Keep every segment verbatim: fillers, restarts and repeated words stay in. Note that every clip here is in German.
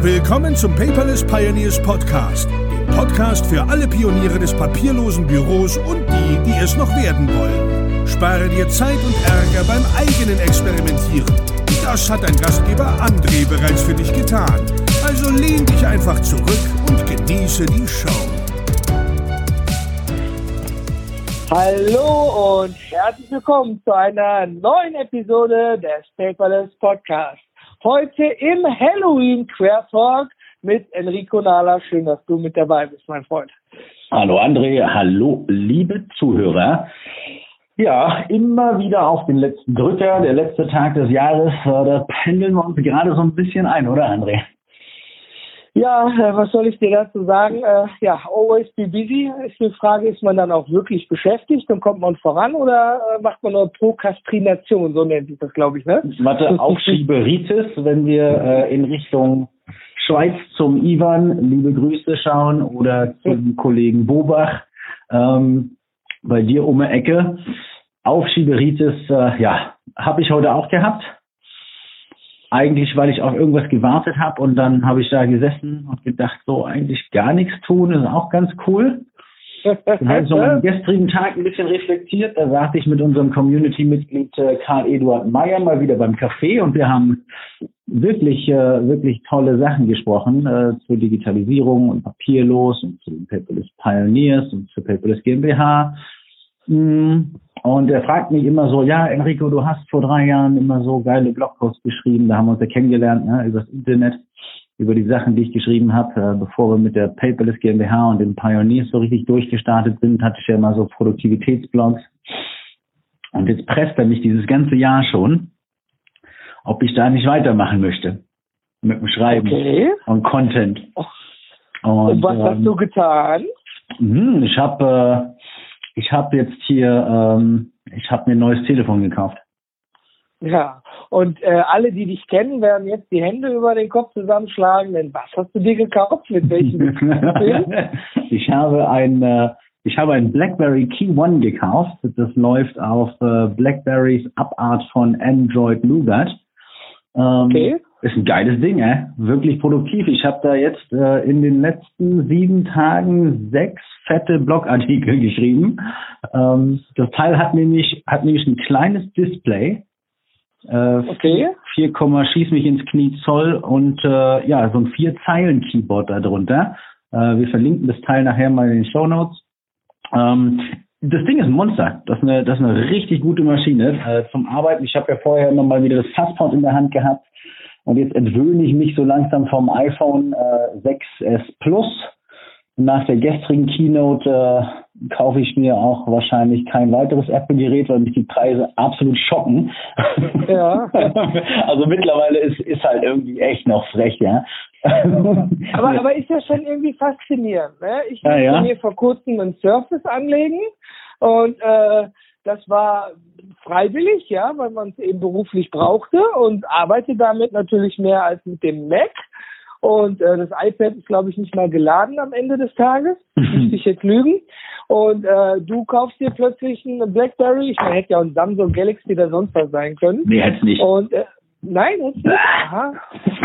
Willkommen zum Paperless Pioneers Podcast, dem Podcast für alle Pioniere des papierlosen Büros und die, die es noch werden wollen. Spare dir Zeit und Ärger beim eigenen Experimentieren. Das hat dein Gastgeber André bereits für dich getan. Also lehn dich einfach zurück und genieße die Show. Hallo und herzlich willkommen zu einer neuen Episode des Paperless Podcast. Heute im Halloween Quertalk mit Enrico Nahler. Schön, dass du mit dabei bist, mein Freund. Hallo André, hallo liebe Zuhörer. Ja, immer wieder auf den letzten Drücker, der letzte Tag des Jahres, da pendeln wir uns gerade so ein bisschen ein, oder André? Ja, äh, was soll ich dir dazu sagen? Äh, ja, always be busy ist die Frage, ist man dann auch wirklich beschäftigt und kommt man voran oder äh, macht man nur Prokrastination, so nennt sich das, glaube ich, ne? Warte, Aufschieberitis, wenn wir äh, in Richtung Schweiz zum Ivan, liebe Grüße schauen, oder zum Kollegen Bobach, ähm, bei dir um die Ecke. Aufschieberitis, äh, ja, habe ich heute auch gehabt. Eigentlich, weil ich auf irgendwas gewartet habe und dann habe ich da gesessen und gedacht, so eigentlich gar nichts tun, ist auch ganz cool. Ich habe so am gestrigen Tag ein bisschen reflektiert, da saß ich mit unserem Community-Mitglied äh, Karl-Eduard Meyer mal wieder beim Café und wir haben wirklich, äh, wirklich tolle Sachen gesprochen äh, zur Digitalisierung und Papierlos und zu den Paperless Pioneers und zur Paperless GmbH. Und er fragt mich immer so, ja, Enrico, du hast vor drei Jahren immer so geile Blogposts geschrieben, da haben wir uns ja kennengelernt, ne, über das Internet, über die Sachen, die ich geschrieben habe, äh, bevor wir mit der Paperless GmbH und den Pioneers so richtig durchgestartet sind, hatte ich ja mal so Produktivitätsblogs. Und jetzt presst er mich dieses ganze Jahr schon, ob ich da nicht weitermachen möchte mit dem Schreiben okay. und Content. Und, und was ähm, hast du getan? Mh, ich habe äh, Ich habe jetzt hier, ähm, ich habe mir ein neues Telefon gekauft. Ja, und äh, alle, die dich kennen, werden jetzt die Hände über den Kopf zusammenschlagen. Denn was hast du dir gekauft? Mit welchem? ich habe ein, äh, ich habe ein BlackBerry Key One gekauft. Das läuft auf äh, BlackBerrys Abart von Android Nougat. Ähm, okay. Ist ein geiles Ding, äh? Wirklich produktiv. Ich habe da jetzt äh, in den letzten sieben Tagen sechs fette Blogartikel geschrieben. Ähm, das Teil hat nämlich hat nämlich ein kleines Display. Äh, okay. vier, schieß mich ins Knie Zoll und äh, ja, so ein vier-Zeilen-Keyboard da drunter. Äh, wir verlinken das Teil nachher mal in den Shownotes. Ähm, das Ding ist ein Monster. Das ist eine, das ist eine richtig gute Maschine äh, zum Arbeiten. Ich habe ja vorher immer mal wieder das Passport in der Hand gehabt. Und jetzt entwöhne ich mich so langsam vom iPhone äh, sechs S Plus. Nach der gestrigen Keynote äh, kaufe ich mir auch wahrscheinlich kein weiteres Apple-Gerät, weil mich die Preise absolut schocken. Ja. Also mittlerweile ist ist halt irgendwie echt noch frech, ja. aber aber ist ja schon irgendwie faszinierend, ne? Ich musste ja, ja. mir vor kurzem einen Surface anlegen und äh, das war freiwillig, ja, weil man es eben beruflich brauchte und arbeite damit natürlich mehr als mit dem Mac. Und äh, das iPad ist, glaube ich, nicht mal geladen am Ende des Tages. Müsste ich jetzt lügen. Und äh, du kaufst dir plötzlich einen BlackBerry. Ich meine, hätte ja auch ein Samsung Galaxy oder sonst was sein können. Nee, hätte nicht. Und äh, nein, hätte nicht. Aha.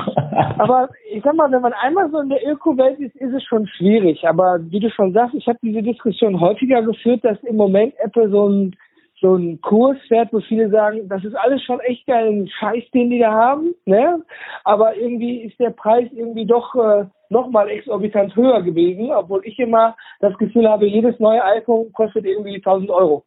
Aber ich sag mal, wenn man einmal so in der Öko-Welt ist, ist es schon schwierig. Aber wie du schon sagst, ich habe diese Diskussion häufiger geführt, dass im Moment Apple so ein so ein Kurs fährt, wo viele sagen, das ist alles schon echt geil, ein Scheiß, den die da haben, ne? Aber irgendwie ist der Preis irgendwie doch äh, nochmal exorbitant höher gewesen, obwohl ich immer das Gefühl habe, jedes neue iPhone kostet irgendwie tausend Euro.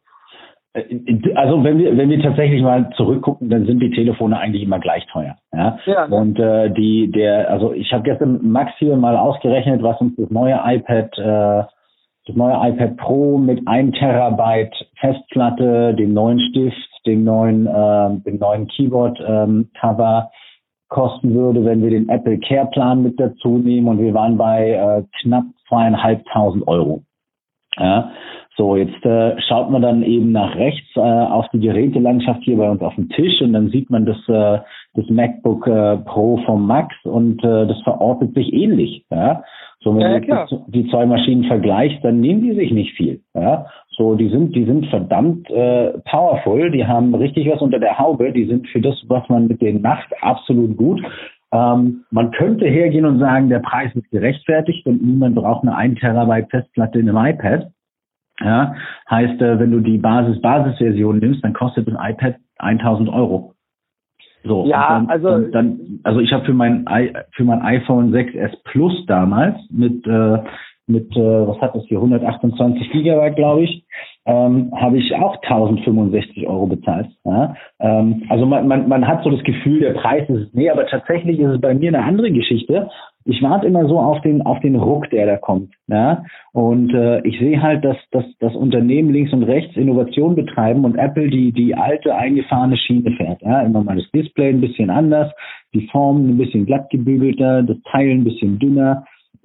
Also wenn wir wenn wir tatsächlich mal zurückgucken, dann sind die Telefone eigentlich immer gleich teuer. Ja. ja ne? Und äh, die der also ich habe gestern Max hier mal ausgerechnet, was uns das neue iPad äh, das neue iPad Pro mit ein Terabyte Festplatte, dem neuen Stift, dem neuen, äh, dem neuen Keyboard-Cover ähm, kosten würde, wenn wir den Apple Care Plan mit dazu nehmen. Und wir waren bei äh, knapp zweieinhalbtausend Euro. Ja, so jetzt äh, schaut man dann eben nach rechts äh, auf die Gerätelandschaft hier bei uns auf dem Tisch und dann sieht man das, äh, das MacBook äh, Pro vom Max und äh, das verortet sich ähnlich. Ja. So, wenn ja, du ja, die zwei Maschinen vergleichst, dann nehmen die sich nicht viel. Ja? So, die sind, die sind verdammt äh, powerful, die haben richtig was unter der Haube, die sind für das, was man mit denen macht, absolut gut. Ähm, man könnte hergehen und sagen, der Preis ist gerechtfertigt und niemand braucht eine ein Terabyte Festplatte in einem iPad. Ja, heißt, äh, wenn du die Basis-Basis-Version nimmst, dann kostet das iPad tausend Euro. So, ja, dann, also dann, dann, also ich habe für mein I, für mein iPhone sechs S Plus damals mit äh, mit äh, was hat das hier hundertachtundzwanzig Gigabyte, glaube ich, ähm, habe ich auch tausendfünfundsechzig Euro bezahlt. Ja? Ähm, also man, man man hat so das Gefühl, der Preis ist es, nee, aber tatsächlich ist es bei mir eine andere Geschichte. Ich warte immer so auf den auf den Ruck, der da kommt. Ja? Und äh, ich sehe halt, dass, dass das Unternehmen links und rechts Innovation betreiben und Apple die die alte eingefahrene Schiene fährt. Ja? Immer mal das Display ein bisschen anders, die Form ein bisschen glatt gebügelter, das Teil ein bisschen dünner.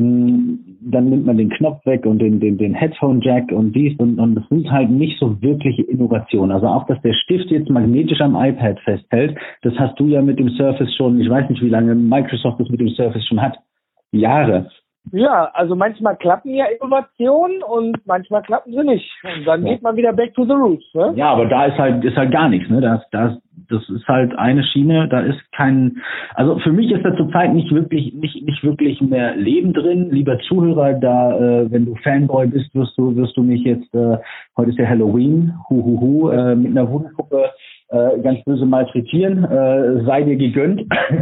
Dann nimmt man den Knopf weg und den den den Headphone Jack und dies und und das sind halt nicht so wirkliche Innovationen. Also auch, dass der Stift jetzt magnetisch am iPad festhält, das hast du ja mit dem Surface schon, ich weiß nicht, wie lange Microsoft das mit dem Surface schon hat. Jahre. Ja, also manchmal klappen ja Innovationen und manchmal klappen sie nicht. Und dann ja. geht man wieder back to the roots. Ne? Ja, aber da ist halt ist halt gar nichts. Ne? Das, das, das ist halt eine Schiene, da ist kein, also für mich ist da zurzeit nicht wirklich nicht nicht wirklich mehr Leben drin. Lieber Zuhörer, da äh, wenn du Fanboy bist, wirst du wirst du mich jetzt, äh, heute ist ja Halloween, hu hu hu, äh, mit einer Voodoo-Puppe Äh, ganz böse malträtieren, äh, sei dir gegönnt.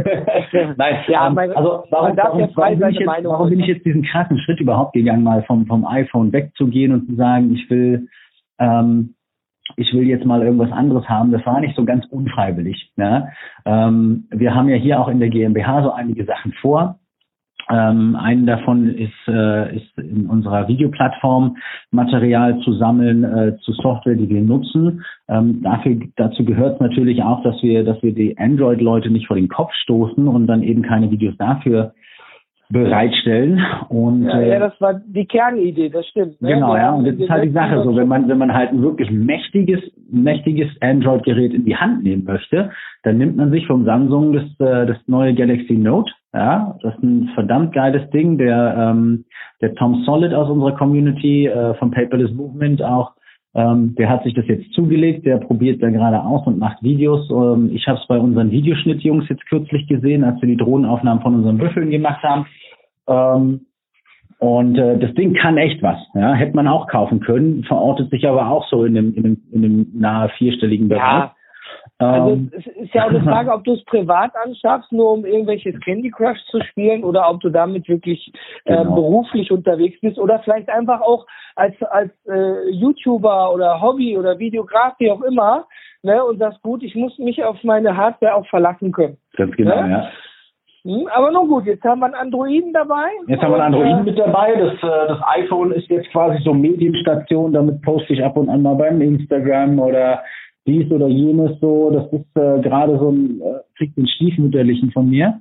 Nein, ja, ähm, meine, also warum, warum, warum, bin ich jetzt, warum bin ich jetzt diesen krassen Schritt überhaupt gegangen, mal vom vom iPhone wegzugehen und zu sagen, ich will ähm, ich will jetzt mal irgendwas anderes haben. Das war nicht so ganz unfreiwillig. Ne? Ähm, wir haben ja hier auch in der GmbH so einige Sachen vor. Ähm, einen davon ist, äh, ist in unserer Videoplattform Material zu sammeln äh, zu Software, die wir nutzen. Ähm, dafür, dazu gehört natürlich auch, dass wir, dass wir die Android-Leute nicht vor den Kopf stoßen und dann eben keine Videos dafür bereitstellen. Und ja, ja, das war die Kernidee, das stimmt. Ne? Genau, ja. Und das ist halt die Sache so, wenn man, wenn man halt ein wirklich mächtiges, mächtiges Android-Gerät in die Hand nehmen möchte, dann nimmt man sich vom Samsung das, äh, das neue Galaxy Note. Ja, das ist ein verdammt geiles Ding. Der, ähm, der Tom Solid aus unserer Community, äh, vom Paperless Movement auch, ähm, der hat sich das jetzt zugelegt, der probiert da gerade aus und macht Videos. Ähm, ich habe es bei unseren Videoschnittjungs jetzt kürzlich gesehen, als wir die Drohnenaufnahmen von unseren Büffeln gemacht haben. Ähm, und äh, das Ding kann echt was. Ja, hätte man auch kaufen können, verortet sich aber auch so in dem, in dem, in dem nahe vierstelligen Bereich. Ja. Also es ist ja auch eine Frage, ob du es privat anschaffst, nur um irgendwelches Candy Crush zu spielen, oder ob du damit wirklich äh, genau. beruflich unterwegs bist oder vielleicht einfach auch als als äh, YouTuber oder Hobby oder Videograf, wie auch immer, ne, und sagst, gut, ich muss mich auf meine Hardware auch verlassen können. Ganz genau, ne? Ja. Hm, aber nun gut, jetzt haben wir einen Androiden dabei. Jetzt haben wir einen Androiden mit dabei. Das, äh, das iPhone ist jetzt quasi so Medienstation, damit poste ich ab und an mal beim Instagram oder dies oder jenes so. Das ist äh, gerade so ein, äh, kriegt den Stiefmütterlichen von mir.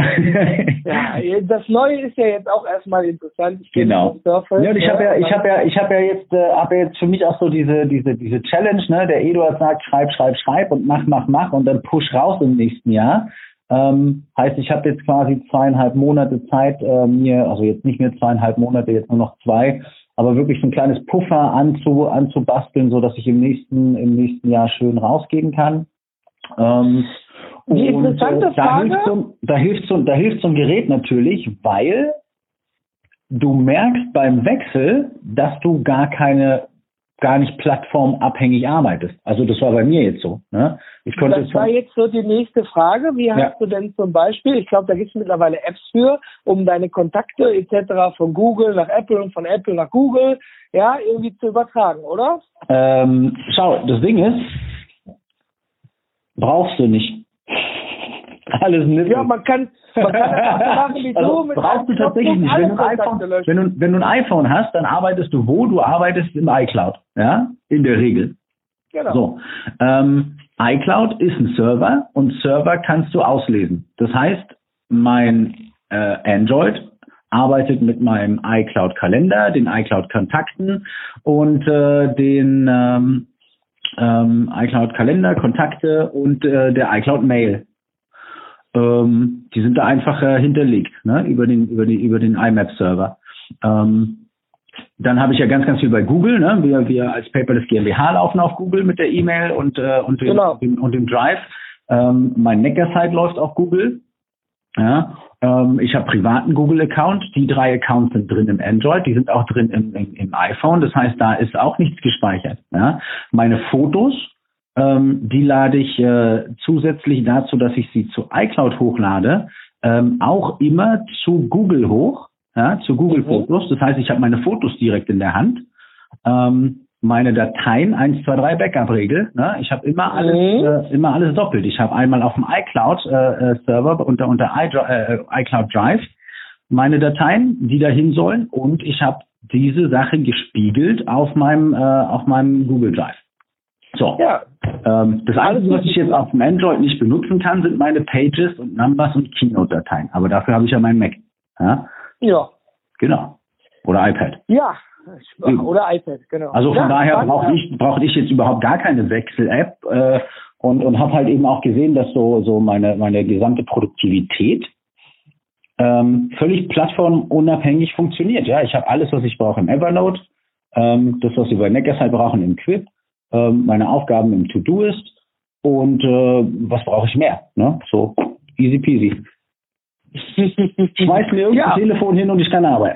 Ja, das Neue ist ja jetzt auch erstmal interessant. Ich genau. Ja, und ich habe ja, ich habe ja, ich habe ja jetzt, äh, habe ja jetzt für mich auch so diese, diese, diese Challenge, ne? Der Eduard sagt, schreib, schreib, schreib und mach, mach, mach und dann push raus im nächsten Jahr. Ähm, heißt, ich habe jetzt quasi zweieinhalb Monate Zeit, äh, mir, also jetzt nicht mehr zweieinhalb Monate, jetzt nur noch zwei, aber wirklich so ein kleines Puffer anzu, anzubasteln, so dass ich im nächsten, im nächsten Jahr schön rausgehen kann. Ähm, Die interessante und, äh, da Frage. Hilft so, da hilft so, da hilft so ein Gerät natürlich, weil du merkst beim Wechsel, dass du gar keine, gar nicht plattformabhängig arbeitest. Also das war bei mir jetzt so. Ne? Ich konnte das war jetzt so die nächste Frage. Wie hast ja. du denn zum Beispiel, ich glaube, da gibt es mittlerweile Apps für, um deine Kontakte et cetera von Google nach Apple und von Apple nach Google, ja, irgendwie zu übertragen, oder? Ähm, schau, das Ding ist, brauchst du nicht. Alles Nippel. Ja, man kann, man kann einfach so machen wie also, du. Mit brauchst du tatsächlich nicht. Wenn du, ein iPhone, wenn, du, wenn du ein iPhone hast, dann arbeitest du wo? Du arbeitest im iCloud. Ja, in der Regel. Genau. So, ähm, iCloud ist ein Server und Server kannst du auslesen. Das heißt, mein äh, Android arbeitet mit meinem iCloud-Kalender, den iCloud-Kontakten und äh, den ähm, ähm, iCloud-Kalender, Kontakte und äh, der iCloud-Mail. Ähm, die sind da einfach äh, hinterlegt, ne, über den über die über den I M A P-Server. Ähm, dann habe ich ja ganz ganz viel bei Google, ne? Wir wir als Paperless GmbH laufen auf Google mit der E-Mail und äh, und, dem, genau. dem, und dem Drive. Ähm, mein Neckersite läuft auf Google. Ja, ähm, ich habe privaten Google-Account. Die drei Accounts sind drin im Android. Die sind auch drin im, im, im iPhone. Das heißt, da ist auch nichts gespeichert. Ja. Meine Fotos, ähm, die lade ich äh, zusätzlich dazu, dass ich sie zu iCloud hochlade, ähm, auch immer zu Google hoch, ja, zu Google mhm. Fotos. Das heißt, ich habe meine Fotos direkt in der Hand. Ähm, meine Dateien, eins, zwei, drei Backup-Regel. Ne? Ich habe immer alles mhm. äh, immer alles doppelt. Ich habe einmal auf dem iCloud-Server äh, unter, unter äh, iCloud Drive meine Dateien, die dahin sollen, und ich habe diese Sache gespiegelt auf meinem, äh, auf meinem Google Drive. So. Ja. Ähm, das Einzige, was ich jetzt auf dem Android nicht benutzen kann, sind meine Pages und Numbers und Keynote-Dateien. Aber dafür habe ich ja meinen Mac. Ja. Ja. Genau. Oder iPad. Ja. Oder iPad, genau. Also von ja, daher brauche ich, brauch ich jetzt überhaupt gar keine Wechsel-App äh, und, und habe halt eben auch gesehen, dass so, so meine, meine gesamte Produktivität ähm, völlig plattformunabhängig funktioniert. Ja, ich habe alles, was ich brauche im Evernote, ähm, das, was wir bei Neckars halt brauchen im Quip, ähm, meine Aufgaben im To-Doist und äh, was brauche ich mehr? Ne? So easy peasy. Schmeiß mir irgendein ja. Telefon hin und ich kann arbeiten.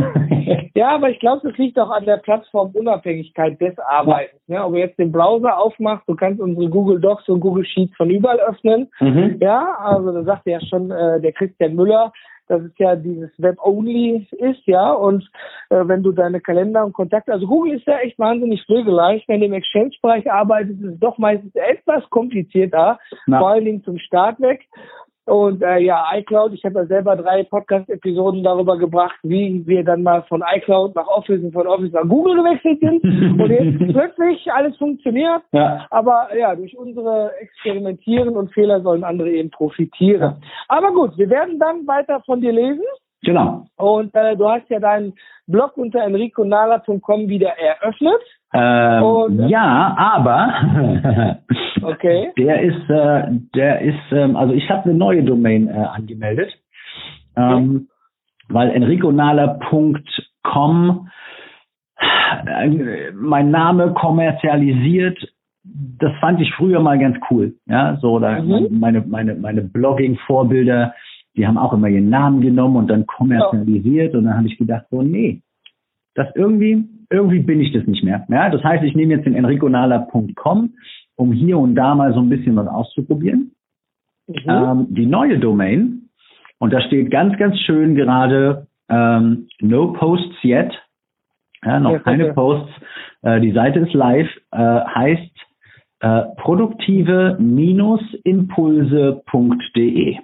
Ja, aber ich glaube, das liegt auch an der Plattformunabhängigkeit des Arbeitens. Ja. Ne? Ob du jetzt den Browser aufmachst, du kannst unsere Google Docs und Google Sheets von überall öffnen. Mhm. Ja, also da sagt ja schon äh, der Christian Müller, dass es ja dieses Web-Only ist, ja, und äh, wenn du deine Kalender und Kontakte, also Google ist ja echt wahnsinnig pflegeleicht, wenn du im Exchange-Bereich arbeitest, ist es doch meistens etwas komplizierter, Na. vor allen Dingen zum Start weg. Und äh, ja, iCloud, ich habe ja selber drei Podcast-Episoden darüber gebracht, wie wir dann mal von iCloud nach Office und von Office nach Google gewechselt sind. Und jetzt plötzlich alles funktioniert. Ja. Aber ja, durch unsere Experimentieren und Fehler sollen andere eben profitieren. Ja. Aber gut, wir werden dann weiter von dir lesen. Genau. Und äh, du hast ja deinen Blog unter enrico nahler punkt com wieder eröffnet. Ähm, und, äh, ja, aber okay. der ist, äh, der ist, ähm, also ich habe eine neue Domain äh, angemeldet, ähm, okay. weil enrico nahler punkt com äh, mein Name kommerzialisiert. Das fand ich früher mal ganz cool, ja, so da mhm. meine meine meine Blogging-Vorbilder, die haben auch immer ihren Namen genommen und dann kommerzialisiert ja. und dann habe ich gedacht, so nee, das irgendwie irgendwie bin ich das nicht mehr. Ja, das heißt, ich nehme jetzt den enrico nahler punkt com, um hier und da mal so ein bisschen was auszuprobieren. Mhm. Ähm, die neue Domain, und da steht ganz, ganz schön gerade ähm, no posts yet, ja, noch ja, keine ja. Posts. Äh, die Seite ist live, äh, heißt äh, produktive Impulse punkt de.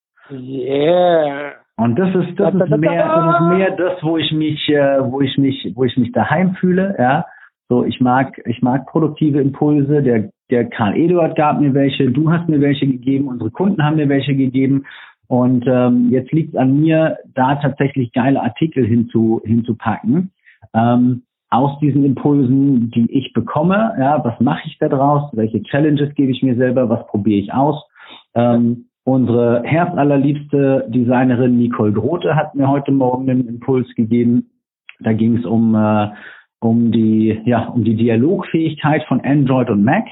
Yeah. Und das ist das ist mehr das ist mehr das, wo ich mich äh, wo ich mich wo ich mich daheim fühle, ja. So, ich mag ich mag produktive Impulse. Der der Karl Eduard gab mir welche, du hast mir welche gegeben, unsere Kunden haben mir welche gegeben, und ähm, jetzt liegt es an mir, da tatsächlich geile Artikel hinzu hinzupacken. Ähm, aus diesen Impulsen, die ich bekomme, ja, was mache ich da draus? Welche Challenges gebe ich mir selber? Was probiere ich aus? Ähm, Unsere herzallerliebste Designerin Nicole Grote hat mir heute Morgen einen Impuls gegeben. Da ging es um äh, um die ja um die Dialogfähigkeit von Android und Mac.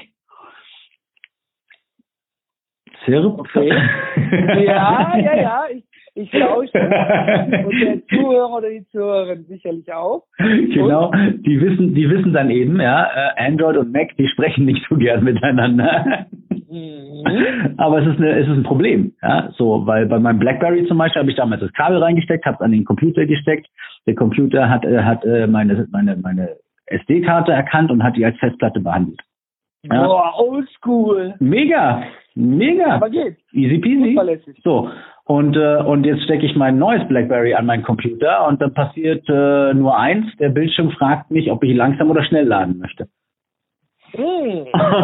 Sehr okay. Ja, ja, ja. Ich, ich lausche. Und der Zuhörer oder die Zuhörerin sicherlich auch. Genau. Und? Die wissen, die wissen dann eben, ja, Android und Mac, die sprechen nicht so gern miteinander. Mhm. Aber es ist, eine, es ist ein Problem, ja, so, weil bei meinem BlackBerry zum Beispiel habe ich damals das Kabel reingesteckt, habe es an den Computer gesteckt. Der Computer hat, äh, hat äh, meine, meine, meine S D-Karte erkannt und hat die als Festplatte behandelt. Ja. Boah, oldschool. Mega, mega. Aber geht. Easy peasy. So, und, äh, und jetzt stecke ich mein neues BlackBerry an meinen Computer und dann passiert äh, nur eins, der Bildschirm fragt mich, ob ich langsam oder schnell laden möchte. Mm.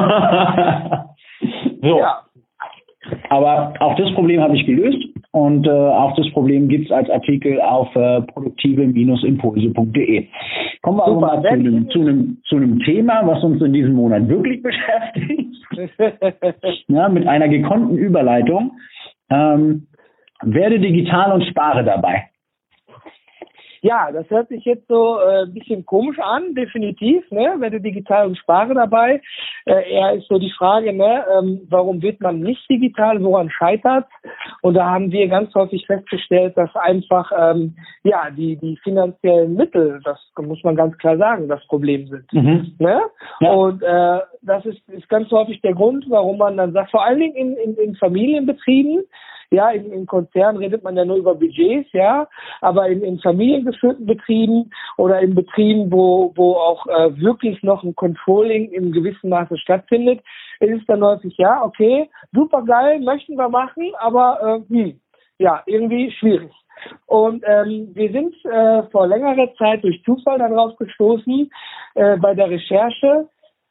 So. Ja. Aber auch das Problem habe ich gelöst, und äh, auch das Problem gibt es als Artikel auf äh, produktive Impulse punkt de. Kommen wir Super, aber mal zu einem, zu, einem, zu einem Thema, was uns in diesem Monat wirklich beschäftigt. Ja, mit einer gekonnten Überleitung. Ähm, werde digital und spare dabei. Ja, das hört sich jetzt so äh, ein bisschen komisch an, definitiv, ne? Werde digital und spare dabei. Äh, eher ist so die Frage, ne, ähm, warum wird man nicht digital, woran scheitert? Und da haben wir ganz häufig festgestellt, dass einfach ähm, ja die die finanziellen Mittel, das muss man ganz klar sagen, das Problem sind. Mhm. Ne? Ja. Und äh, das ist, ist ganz häufig der Grund, warum man dann sagt, vor allen Dingen in, in, in Familienbetrieben, ja, in, in Konzernen redet man ja nur über Budgets, ja, aber in, in familiengeführten Betrieben oder in Betrieben, wo, wo auch äh, wirklich noch ein Controlling in gewissem Maße stattfindet, ist es dann häufig, ja, okay, super geil, möchten wir machen, aber äh, hm, ja, irgendwie schwierig. Und ähm, wir sind äh, vor längerer Zeit durch Zufall darauf gestoßen, äh, bei der Recherche,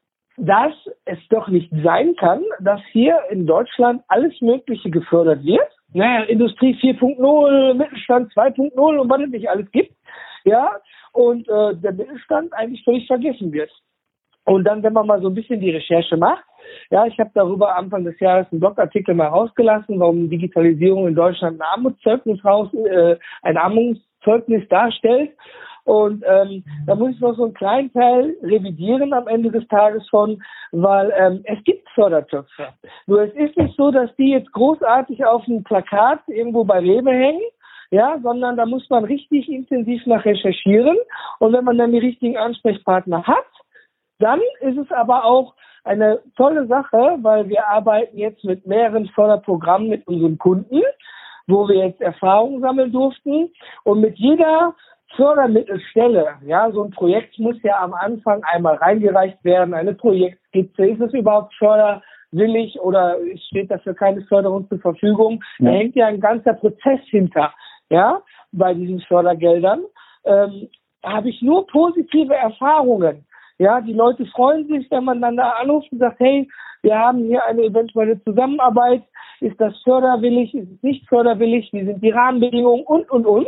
dass es doch nicht sein kann, dass hier in Deutschland alles Mögliche gefördert wird. Naja, Industrie vier Punkt null, Mittelstand zwei Punkt null und was es nicht alles gibt. Ja, und äh, der Mittelstand eigentlich völlig vergessen wird. Und dann, wenn man mal so ein bisschen die Recherche macht, ja, ich habe darüber Anfang des Jahres einen Blogartikel mal rausgelassen, warum Digitalisierung in Deutschland ein Armutszeugnis raus, äh, ein Armutszeugnis darstellt. Und ähm, da muss ich noch so einen kleinen Teil revidieren am Ende des Tages von, weil ähm, es gibt Fördertöpfe. Nur es ist nicht so, dass die jetzt großartig auf einem Plakat irgendwo bei Rewe hängen, ja, sondern da muss man richtig intensiv nach recherchieren. Und wenn man dann die richtigen Ansprechpartner hat, dann ist es aber auch eine tolle Sache, weil wir arbeiten jetzt mit mehreren Förderprogrammen mit unseren Kunden, wo wir jetzt Erfahrungen sammeln durften. Und mit jeder Fördermittelstelle, ja, so ein Projekt muss ja am Anfang einmal reingereicht werden, eine Projektskizze, ist es überhaupt förderwillig oder steht dafür keine Förderung zur Verfügung? Ja. Da hängt ja ein ganzer Prozess hinter, ja, bei diesen Fördergeldern. Ähm, habe ich nur positive Erfahrungen. Ja, die Leute freuen sich, wenn man dann da anruft und sagt, hey, wir haben hier eine eventuelle Zusammenarbeit, ist das förderwillig, ist es nicht förderwillig, wie sind die Rahmenbedingungen und, und, und.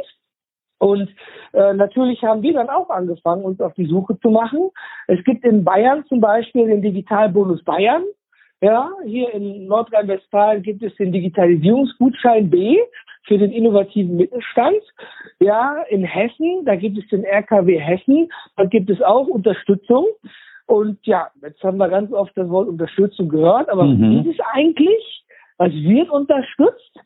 Und äh, natürlich haben wir dann auch angefangen, uns auf die Suche zu machen. Es gibt in Bayern zum Beispiel den Digitalbonus Bayern. Ja, hier in Nordrhein-Westfalen gibt es den Digitalisierungsgutschein B für den innovativen Mittelstand. Ja, in Hessen, da gibt es den R K W Hessen. Da gibt es auch Unterstützung. Und ja, jetzt haben wir ganz oft das Wort Unterstützung gehört. Aber mhm. wie ist es eigentlich? Was wird unterstützt?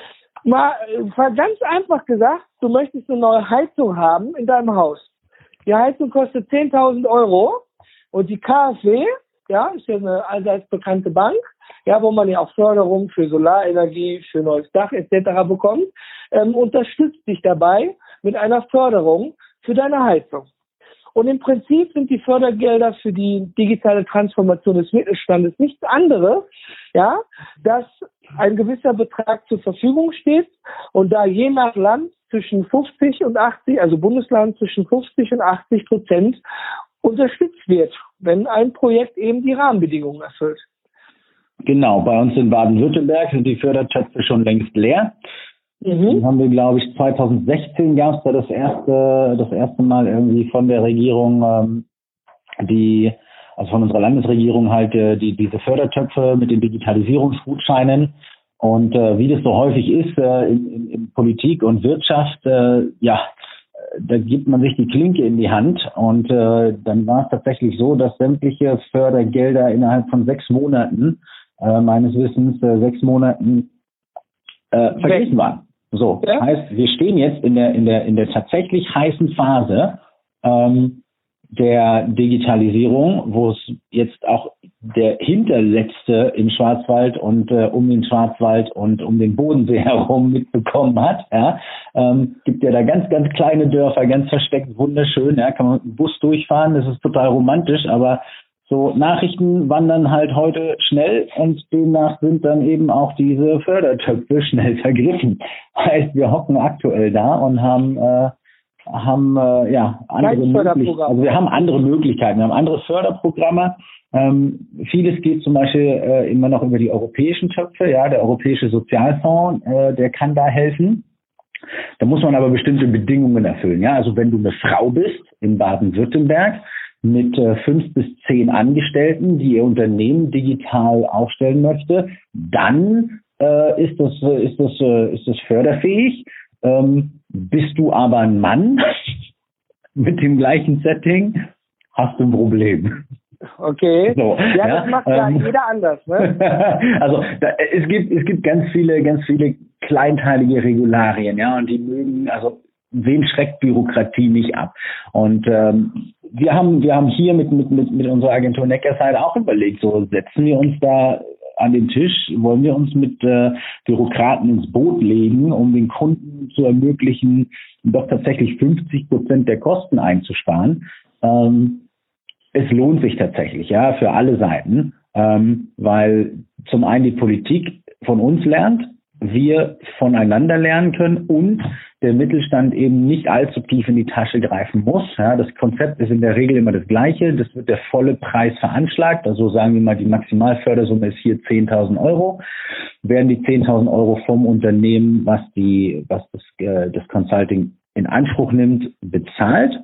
Mal ganz einfach gesagt, du möchtest eine neue Heizung haben in deinem Haus. Die Heizung kostet zehntausend Euro und die K f W, ja, ist ja eine allseits bekannte Bank, ja, wo man ja auch Förderung für Solarenergie, für neues Dach et cetera bekommt, ähm, unterstützt dich dabei mit einer Förderung für deine Heizung. Und im Prinzip sind die Fördergelder für die digitale Transformation des Mittelstandes nichts anderes, ja, dass ein gewisser Betrag zur Verfügung steht und da je nach Land zwischen fünfzig und achtzig, also Bundesland zwischen fünfzig und achtzig Prozent unterstützt wird, wenn ein Projekt eben die Rahmenbedingungen erfüllt. Genau, bei uns in Baden-Württemberg sind die Fördertöpfe schon längst leer. Mhm. Dann haben wir, glaube ich, zwanzig sechzehn gab es da das erste, das erste Mal irgendwie von der Regierung, ähm, die, also von unserer Landesregierung halt äh, die diese Fördertöpfe mit den Digitalisierungsgutscheinen. Und äh, wie das so häufig ist äh, in, in, in Politik und Wirtschaft, äh, ja, da gibt man sich die Klinke in die Hand. Und äh, dann war es tatsächlich so, dass sämtliche Fördergelder innerhalb von sechs Monaten, äh, meines Wissens äh, sechs Monaten, äh, vergessen waren. So, ja. Heißt, wir stehen jetzt in der in der in der tatsächlich heißen Phase ähm, der Digitalisierung, wo es jetzt auch der Hinterletzte im Schwarzwald und äh, um den Schwarzwald und um den Bodensee herum mitbekommen hat. Ja, ähm, gibt ja da ganz ganz kleine Dörfer, ganz versteckt, wunderschön. Ja, kann man mit dem Bus durchfahren, das ist total romantisch, aber so, Nachrichten wandern halt heute schnell und demnach sind dann eben auch diese Fördertöpfe schnell vergriffen. Heißt, wir hocken aktuell da und haben äh, haben äh, ja andere Möglichkeiten. Also wir haben andere Möglichkeiten, wir haben andere Förderprogramme. Ähm, vieles geht zum Beispiel äh, immer noch über die europäischen Töpfe. Ja, der Europäische Sozialfonds, äh, der kann da helfen. Da muss man aber bestimmte Bedingungen erfüllen. Ja, also wenn du eine Frau bist in Baden-Württemberg mit äh, fünf bis zehn Angestellten, die ihr Unternehmen digital aufstellen möchte, dann äh, ist das äh, ist das äh, ist das förderfähig. Ähm, bist du aber ein Mann mit dem gleichen Setting, hast du ein Problem. Okay. So, ja, ja, das macht ja ähm, jeder anders, ne? Also da, es gibt es gibt ganz viele ganz viele kleinteilige Regularien, ja, und die mögen, also wen schreckt Bürokratie nicht ab? Und ähm, wir haben wir haben hier mit mit mit mit unserer Agentur Neckarside auch überlegt, so setzen wir uns da an den Tisch, wollen wir uns mit äh, Bürokraten ins Boot legen, um den Kunden zu ermöglichen, doch tatsächlich fünfzig Prozent der Kosten einzusparen. Ähm, es lohnt sich tatsächlich, ja, für alle Seiten, ähm, weil zum einen die Politik von uns lernt, wir voneinander lernen können und der Mittelstand eben nicht allzu tief in die Tasche greifen muss. Ja, das Konzept ist in der Regel immer das gleiche. Das wird der volle Preis veranschlagt. Also sagen wir mal, die Maximalfördersumme ist hier zehntausend Euro. Werden die zehntausend Euro vom Unternehmen, was die, was das, äh, das Consulting in Anspruch nimmt, bezahlt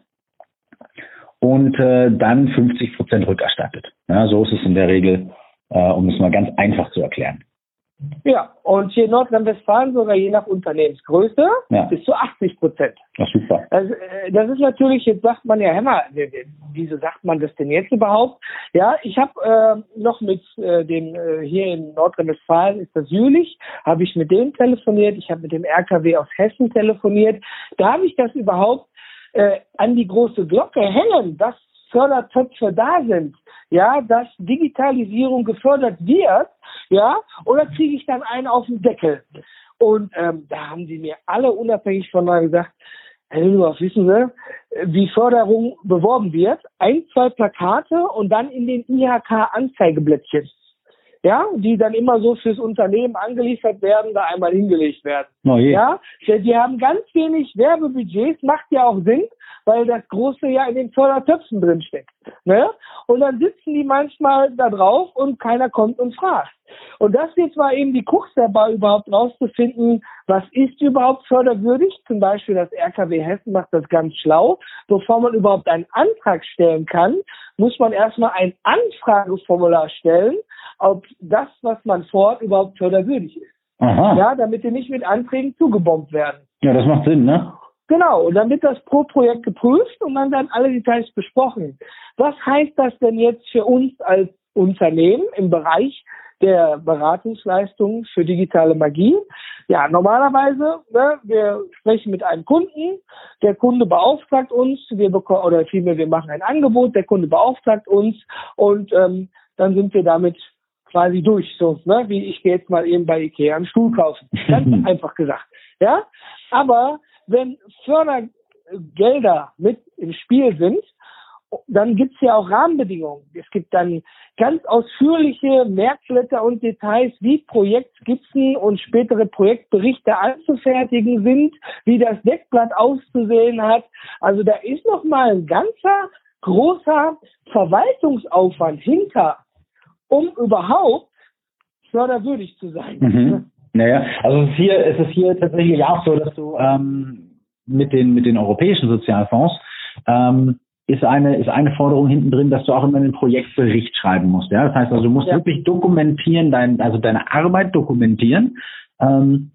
und äh, dann fünfzig Prozent rückerstattet. Ja, so ist es in der Regel, äh, um es mal ganz einfach zu erklären. Ja, und hier in Nordrhein-Westfalen sogar je nach Unternehmensgröße ja. bis zu achtzig Prozent. Ja, super. Also, das ist natürlich, jetzt sagt man ja, Hämmer, wieso sagt man das denn jetzt überhaupt? Ja, ich habe äh, noch mit äh, dem, äh, hier in Nordrhein-Westfalen ist das Jülich, habe ich mit dem telefoniert, ich habe mit dem R K W aus Hessen telefoniert. Da habe ich das überhaupt äh, an die große Glocke hängen, dass Fördertöpfe da sind, ja, dass Digitalisierung gefördert wird, ja, oder kriege ich dann einen auf den Deckel? Und ähm, da haben die mir alle unabhängig voneinander gesagt, Herr Lüdorf, wissen Sie, wie Förderung beworben wird? Ein, zwei Plakate und dann in den I H K-Anzeigeblättchen, ja, die dann immer so fürs Unternehmen angeliefert werden, da einmal hingelegt werden. Oh je. Ja, die haben ganz wenig Werbebudgets, macht ja auch Sinn, weil das Große ja in den Fördertöpfen drin steckt. Ne? Und dann sitzen die manchmal da drauf und keiner kommt und fragt. Und das jetzt war eben die Krux dabei, überhaupt rauszufinden, was ist überhaupt förderwürdig. Zum Beispiel das R K W Hessen macht das ganz schlau. Bevor man überhaupt einen Antrag stellen kann, muss man erstmal ein Anfrageformular stellen, ob das, was man fordert, überhaupt förderwürdig ist. Aha. Ja, damit die nicht mit Anträgen zugebombt werden. Ja, das macht Sinn, ne? Genau, und dann wird das pro Projekt geprüft und dann werden alle Details besprochen. Was heißt das denn jetzt für uns als Unternehmen im Bereich der Beratungsleistungen für digitale Magie? Ja, normalerweise, ne, wir sprechen mit einem Kunden, der Kunde beauftragt uns, wir bekommen, oder vielmehr, wir machen ein Angebot, der Kunde beauftragt uns und ähm, dann sind wir damit quasi durch. So, ne, wie ich gehe jetzt mal eben bei Ikea einen Stuhl kaufen. Ganz einfach gesagt. Ja, aber wenn Fördergelder mit im Spiel sind, dann gibt es ja auch Rahmenbedingungen. Es gibt dann ganz ausführliche Merkblätter und Details, wie Projektskizzen und spätere Projektberichte anzufertigen sind, wie das Deckblatt auszusehen hat. Also da ist noch mal ein ganzer großer Verwaltungsaufwand hinter, um überhaupt förderwürdig zu sein. Mhm. Naja, also es ist hier, es ist hier tatsächlich auch so, dass du ähm, mit den mit den europäischen Sozialfonds ähm, ist eine ist eine Forderung hinten drin, dass du auch immer einen Projektbericht schreiben musst. Ja, das heißt also, du musst ja. wirklich dokumentieren, dein, also deine Arbeit dokumentieren, ähm,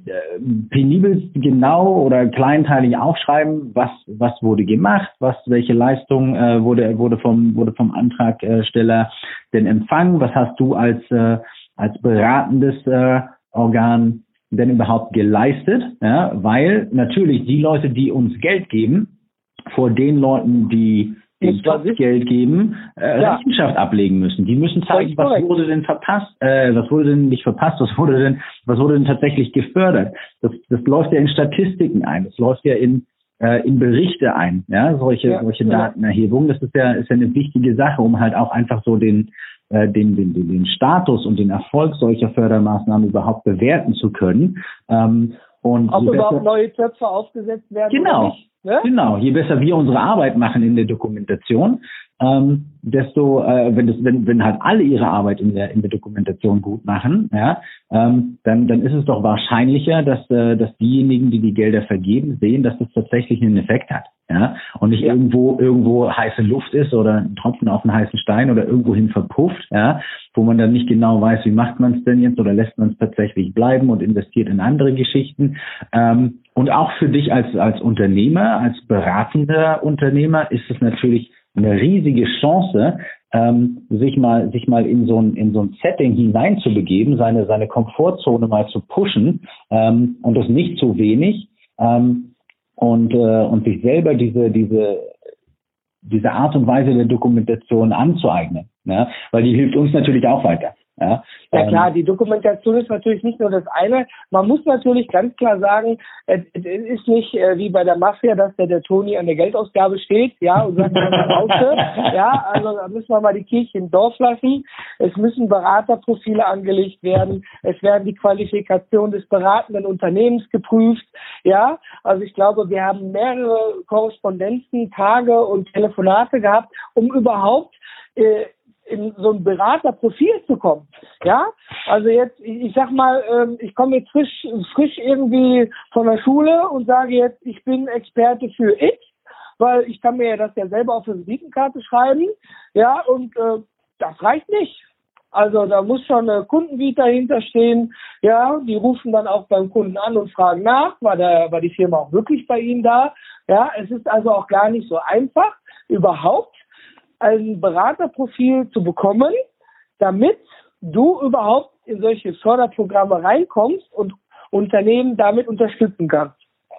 penibel genau oder kleinteilig aufschreiben, was was wurde gemacht, was welche Leistung äh, wurde wurde vom wurde vom Antragsteller denn empfangen, was hast du als äh, als beratendes äh, Organ denn überhaupt geleistet, ja, weil natürlich die Leute, die uns Geld geben, vor den Leuten, die den Top Geld geben, äh, ja. Rechenschaft ablegen müssen. Die müssen zeigen, was wurde denn verpasst, äh, was wurde denn nicht verpasst, was wurde denn, was wurde denn tatsächlich gefördert. Das, das läuft ja in Statistiken ein, das läuft ja in äh, in Berichte ein, ja, solche ja, solche ja. Datenerhebungen. Das ist ja ist ja eine wichtige Sache, um halt auch einfach so den Den, den, den Status und den Erfolg solcher Fördermaßnahmen überhaupt bewerten zu können. Ähm, und Ob überhaupt besser, neue Töpfe aufgesetzt werden genau, oder nicht. Ne? Genau, je besser wir unsere Arbeit machen in der Dokumentation, ähm, desto, äh, wenn, das, wenn, wenn halt alle ihre Arbeit in der, in der Dokumentation gut machen, ja, ähm, dann, dann ist es doch wahrscheinlicher, dass, äh, dass diejenigen, die die Gelder vergeben, sehen, dass das tatsächlich einen Effekt hat. Ja, und nicht ja. irgendwo irgendwo heiße Luft ist oder ein Tropfen auf einen heißen Stein oder irgendwohin verpufft, ja, wo man dann nicht genau weiß, wie macht man es denn jetzt oder lässt man es tatsächlich bleiben und investiert in andere Geschichten. Ähm, und auch für dich als als Unternehmer, als beratender Unternehmer ist es natürlich eine riesige Chance, ähm, sich mal sich mal in so ein in so ein Setting hineinzubegeben, seine seine Komfortzone mal zu pushen ähm, und das nicht zu wenig ähm, und äh, und sich selber diese diese diese Art und Weise der Dokumentation anzueignen, ja, weil die hilft uns natürlich auch weiter. Ja, ja klar, die Dokumentation ist natürlich nicht nur das eine. Man muss natürlich ganz klar sagen, es, es ist nicht äh, wie bei der Mafia, dass der, der Toni an der Geldausgabe steht, ja, und sagt, man Auto, ja, also da müssen wir mal die Kirche im Dorf lassen. Es müssen Beraterprofile angelegt werden. Es werden die Qualifikationen des beratenden Unternehmens geprüft, ja. Also ich glaube, wir haben mehrere Korrespondenzen, Tage und Telefonate gehabt, um überhaupt äh, in so ein Beraterprofil zu kommen. Ja, also jetzt, ich sag mal, ich komme jetzt frisch, frisch irgendwie von der Schule und sage jetzt, ich bin Experte für X, weil ich kann mir ja das ja selber auf eine Visitenkarte schreiben. Ja, und äh, das reicht nicht. Also da muss schon eine Kundenvita hinterstehen. Ja, die rufen dann auch beim Kunden an und fragen nach, war der, war die Firma auch wirklich bei Ihnen da? Ja, es ist also auch gar nicht so einfach, überhaupt ein Beraterprofil zu bekommen, damit du überhaupt in solche Förderprogramme reinkommst und Unternehmen damit unterstützen kannst.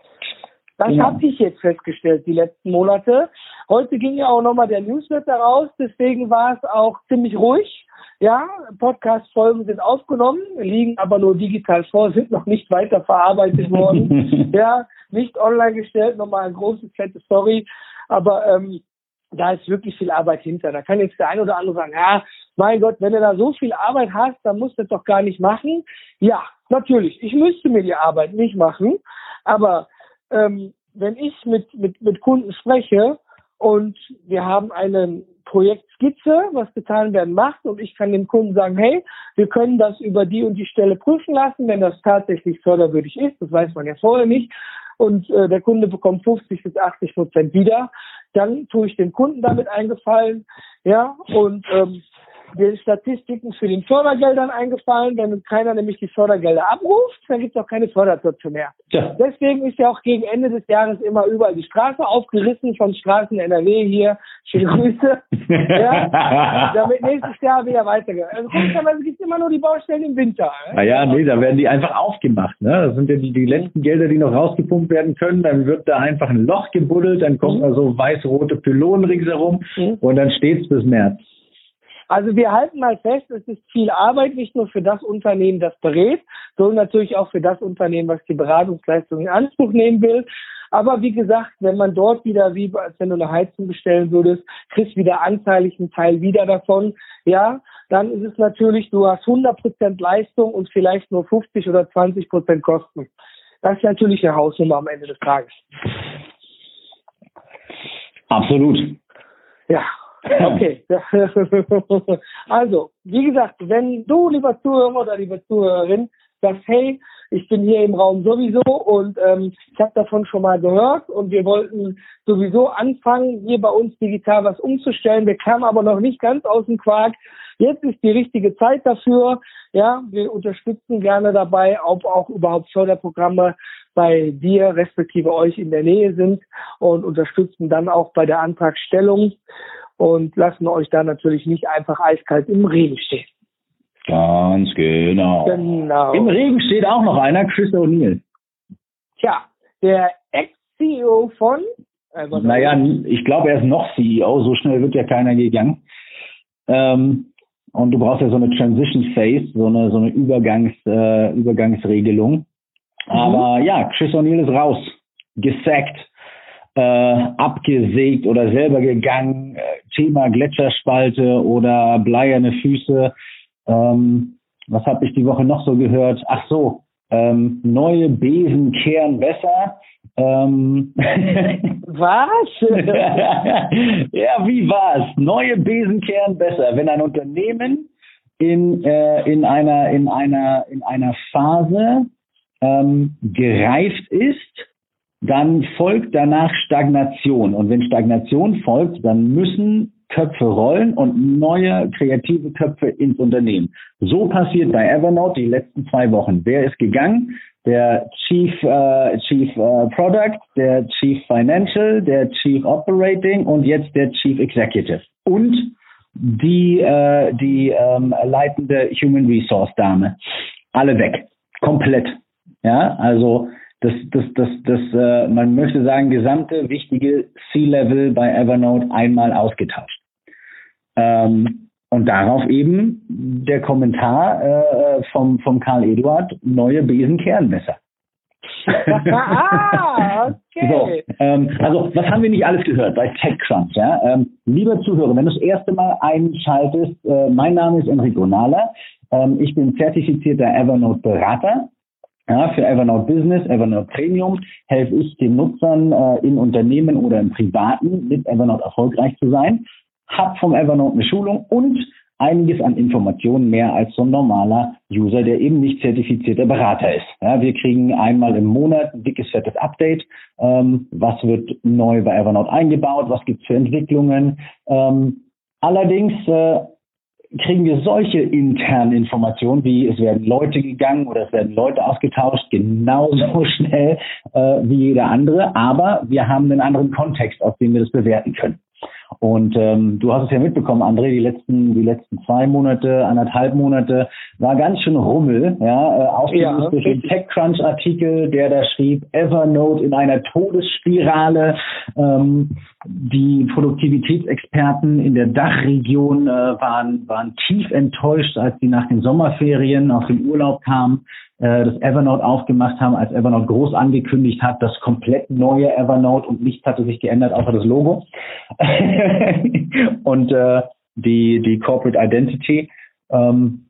Das genau. habe ich jetzt festgestellt, die letzten Monate. Heute ging ja auch nochmal der Newsletter raus, deswegen war es auch ziemlich ruhig. Ja, Podcast-Folgen sind aufgenommen, liegen aber nur digital vor, sind noch nicht weiter verarbeitet worden. Ja, nicht online gestellt, nochmal ein großes, fettes Sorry. Aber ähm, da ist wirklich viel Arbeit hinter. Da kann jetzt der eine oder andere sagen, ja, mein Gott, wenn du da so viel Arbeit hast, dann musst du das doch gar nicht machen. Ja, natürlich, ich müsste mir die Arbeit nicht machen, aber ähm, wenn ich mit, mit, mit Kunden spreche und wir haben eine Projektskizze, was getan werden macht und ich kann dem Kunden sagen, hey, wir können das über die und die Stelle prüfen lassen, wenn das tatsächlich förderwürdig ist, das weiß man ja vorher nicht, und äh, der Kunde bekommt fünfzig bis achtzig Prozent wieder, dann tue ich dem Kunden damit einen Gefallen, ja, und ähm, die Statistiken für den Fördergeldern eingefallen, wenn keiner nämlich die Fördergelder abruft, dann gibt es auch keine Fördertöpfe mehr. Ja. Deswegen ist ja auch gegen Ende des Jahres immer überall die Straße aufgerissen von Straßen N R W hier. Schöne Grüße. Ja, damit nächstes Jahr wieder weitergeht. Also komischerweise gibt es immer nur die Baustellen im Winter. Ne? Naja, nee, da werden die einfach aufgemacht. Ne? Das sind ja die, die letzten Gelder, die noch rausgepumpt werden können. Dann wird da einfach ein Loch gebuddelt, dann kommen mhm. da so weiß-rote Pylonen ringsherum mhm. und dann steht's bis März. Also wir halten mal fest, es ist viel Arbeit, nicht nur für das Unternehmen, das berät, sondern natürlich auch für das Unternehmen, was die Beratungsleistung in Anspruch nehmen will. Aber wie gesagt, wenn man dort wieder, wie als wenn du eine Heizung bestellen würdest, kriegst wieder anteilig einen Teil wieder davon, ja, dann ist es natürlich, du hast hundert Prozent Leistung und vielleicht nur fünfzig oder zwanzig Prozent Kosten. Das ist natürlich eine Hausnummer am Ende des Tages. Absolut. Ja. Okay. Also, wie gesagt, wenn du, lieber Zuhörer oder liebe Zuhörerin, sagst, hey, ich bin hier im Raum sowieso und ähm, ich habe davon schon mal gehört und wir wollten sowieso anfangen, hier bei uns digital was umzustellen. Wir kamen aber noch nicht ganz aus dem Quark. Jetzt ist die richtige Zeit dafür. Ja, wir unterstützen gerne dabei, ob auch überhaupt Förderprogramme bei dir respektive euch in der Nähe sind und unterstützen dann auch bei der Antragstellung und lassen euch da natürlich nicht einfach eiskalt im Regen stehen. Ganz genau. Genau. Im Regen steht auch noch einer, Chris O'Neill. Tja, der Ex-C E O von... Äh, naja, ich glaube, er ist noch C E O, so schnell wird ja keiner gegangen. Ähm, und du brauchst ja so eine Transition Phase, so eine, so eine Übergangs, äh, Übergangsregelung. Mhm. Aber ja, Chris O'Neill ist raus, gesackt. Äh, abgesägt oder selber gegangen, äh, Thema Gletscherspalte oder bleierne Füße. Ähm, was habe ich die Woche noch so gehört? Ach so, ähm, neue Besen kehren besser. Ähm, was? Ja, wie war's? Neue Besen kehren besser. Wenn ein Unternehmen in äh, in einer in einer in einer Phase ähm, gereift ist, dann folgt danach Stagnation. Und wenn Stagnation folgt, dann müssen Köpfe rollen und neue kreative Köpfe ins Unternehmen. So passiert bei Evernote die letzten zwei Wochen. Wer ist gegangen? Der Chief, äh, Chief äh, Product, der Chief Financial, der Chief Operating und jetzt der Chief Executive. Und die, äh, die ähm, leitende Human Resource Dame. Alle weg. Komplett. Ja, also das, das, das, das, äh, man möchte sagen, gesamte wichtige C-Level bei Evernote einmal ausgetauscht. Ähm, und darauf eben der Kommentar äh, vom, vom Karl Eduard, neue Besen kehren besser. ah, okay. So, ähm, also, was haben wir nicht alles gehört bei TechCrunch? Ja? Ähm, lieber Zuhörer, wenn du das erste Mal einschaltest, äh, mein Name ist Enrico Nahler. Ähm, ich bin zertifizierter Evernote-Berater. Ja, für Evernote Business, Evernote Premium helfe ich den Nutzern äh, in Unternehmen oder im Privaten mit Evernote erfolgreich zu sein. Hab vom Evernote eine Schulung und einiges an Informationen mehr als so ein normaler User, der eben nicht zertifizierter Berater ist. Ja, wir kriegen einmal im Monat ein dickes, fettes Update. Ähm, was wird neu bei Evernote eingebaut? Was gibt es für Entwicklungen? Ähm, allerdings äh, kriegen wir solche internen Informationen, wie es werden Leute gegangen oder es werden Leute ausgetauscht, genauso schnell äh, wie jeder andere. Aber wir haben einen anderen Kontext, aus dem wir das bewerten können. Und ähm, du hast es ja mitbekommen, André, die letzten die letzten zwei Monate, anderthalb Monate war ganz schön Rummel, ja, äh, ausgelöst ja, durch den TechCrunch-Artikel, der da schrieb, Evernote in einer Todesspirale. Ähm, die Produktivitätsexperten in der Dachregion äh, waren waren tief enttäuscht, als sie nach den Sommerferien aus dem Urlaub kamen, äh, das Evernote aufgemacht haben, als Evernote groß angekündigt hat, das komplett neue Evernote und nichts hatte sich geändert, außer das Logo. und äh, die die Corporate Identity. Ähm,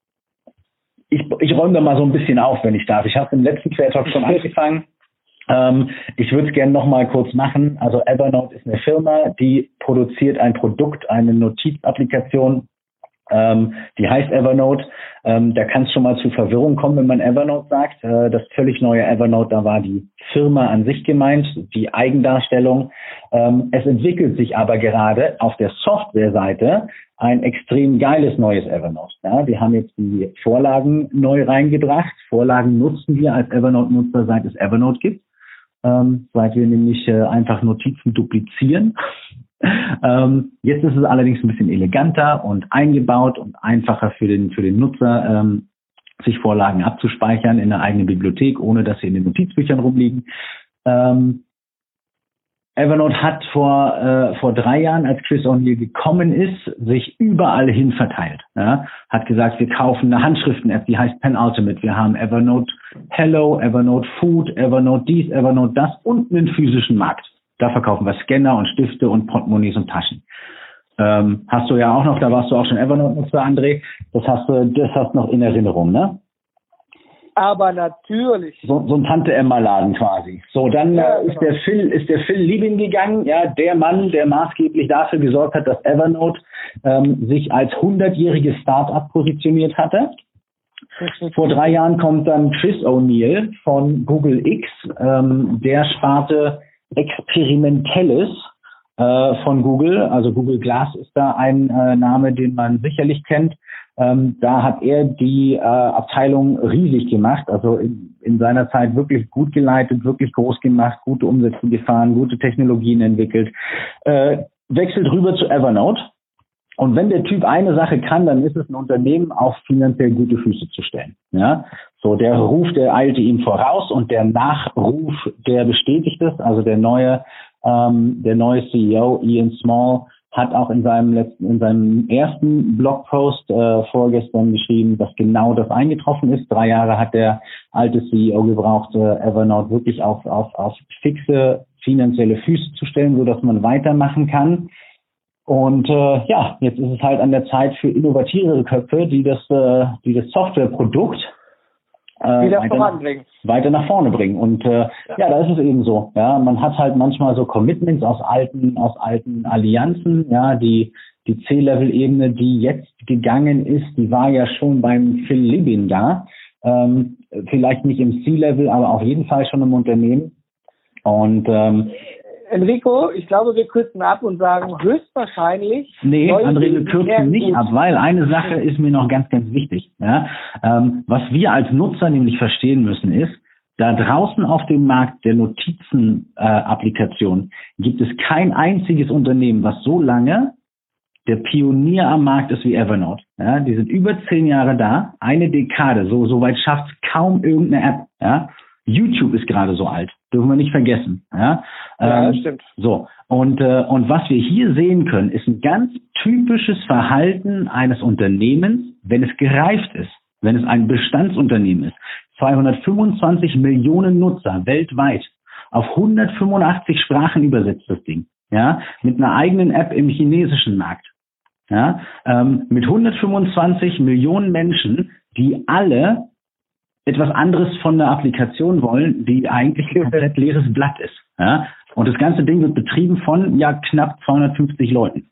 ich, ich räume da mal so ein bisschen auf, wenn ich darf. Ich habe im letzten Quertalk schon angefangen. Ähm, ich würde es gerne noch mal kurz machen. Also Evernote ist eine Firma, die produziert ein Produkt, eine Notizapplikation, ähm, die heißt Evernote. Ähm, da kann es schon mal zu Verwirrung kommen, wenn man Evernote sagt. Äh, das völlig neue Evernote, da war die Firma an sich gemeint, die Eigendarstellung. Ähm, es entwickelt sich aber gerade auf der Softwareseite ein extrem geiles neues Evernote. Ja, wir haben jetzt die Vorlagen neu reingebracht. Vorlagen nutzen wir als Evernote-Nutzer, seit es Evernote gibt. Ähm, seit wir nämlich äh, einfach Notizen duplizieren. ähm, jetzt ist es allerdings ein bisschen eleganter und eingebaut und einfacher für den für den Nutzer, ähm, sich Vorlagen abzuspeichern in einer eigenen Bibliothek, ohne dass sie in den Notizbüchern rumliegen. Ähm, Evernote hat vor äh, vor drei Jahren, als Chris O'Neill gekommen ist, sich überall hin verteilt. Ja? Hat gesagt, wir kaufen eine Handschriften-App, die heißt Penultimate. Wir haben Evernote Hello, Evernote Food, Evernote dies, Evernote das und einen physischen Markt. Da verkaufen wir Scanner und Stifte und Portemonnaies und Taschen. Ähm, hast du ja auch noch, da warst du auch schon Evernote-Nutzer, André. Das hast du, das hast du noch in Erinnerung, ne? Aber natürlich. So, so ein Tante-Emma-Laden quasi. So, dann ja, äh, ist genau. der Phil, ist der Phil Libin gegangen, ja, der Mann, der maßgeblich dafür gesorgt hat, dass Evernote ähm, sich als hundertjähriges Start-up positioniert hatte. Vor drei Jahren kommt dann Chris O'Neill von Google X, ähm, der Sparte Experimentelles äh, von Google. Also Google Glass ist da ein äh, Name, den man sicherlich kennt. Ähm, da hat er die äh, Abteilung riesig gemacht, also in, in seiner Zeit wirklich gut geleitet, wirklich groß gemacht, gute Umsätze gefahren, gute Technologien entwickelt, äh, wechselt rüber zu Evernote. Und wenn der Typ eine Sache kann, dann ist es ein Unternehmen auf finanziell gute Füße zu stellen. Ja, so der Ruf, der eilte ihm voraus und der Nachruf, der bestätigt es. Also der neue, ähm, der neue C E O Ian Small hat auch in seinem letzten, in seinem ersten Blogpost äh, vorgestern geschrieben, dass genau das eingetroffen ist. Drei Jahre hat der alte C E O gebraucht, äh, Evernote wirklich auf, auf, auf fixe finanzielle Füße zu stellen, so dass man weitermachen kann. Und äh, ja, jetzt ist es halt an der Zeit für innovativere Köpfe, die das, äh, die das Softwareprodukt äh, weiter, nach, weiter nach vorne bringen. Und äh, ja. ja, da ist es eben so. Ja, man hat halt manchmal so Commitments aus alten, aus alten Allianzen. Ja, die die C-Level-Ebene, die jetzt gegangen ist, die war ja schon beim Phil Libin da. Ähm, vielleicht nicht im C-Level, aber auf jeden Fall schon im Unternehmen. Und ähm, Enrico, ich glaube, wir kürzen ab und sagen höchstwahrscheinlich... Nee, André, wir kürzen nicht ab, weil eine Sache ist mir noch ganz, ganz wichtig. Ja? Ähm, was wir als Nutzer nämlich verstehen müssen ist, da draußen auf dem Markt der Notizen-Applikation äh, gibt es kein einziges Unternehmen, was so lange der Pionier am Markt ist wie Evernote. Ja, die sind über zehn Jahre da, eine Dekade. So, so weit schafft kaum irgendeine App. Ja, YouTube ist gerade so alt, dürfen wir nicht vergessen. Ja, ja ähm, das stimmt. So und äh, und was wir hier sehen können, ist ein ganz typisches Verhalten eines Unternehmens, wenn es gereift ist, wenn es ein Bestandsunternehmen ist. zweihundertfünfundzwanzig Millionen Nutzer weltweit, auf hundertfünfundachtzig Sprachen übersetzt das Ding. Ja, mit einer eigenen App im chinesischen Markt. Ja, ähm, mit hundertfünfundzwanzig Millionen Menschen, die alle etwas anderes von der Applikation wollen, die eigentlich ein komplett leeres Blatt ist. Ja, und das ganze Ding wird betrieben von ja knapp zweihundertfünfzig Leuten.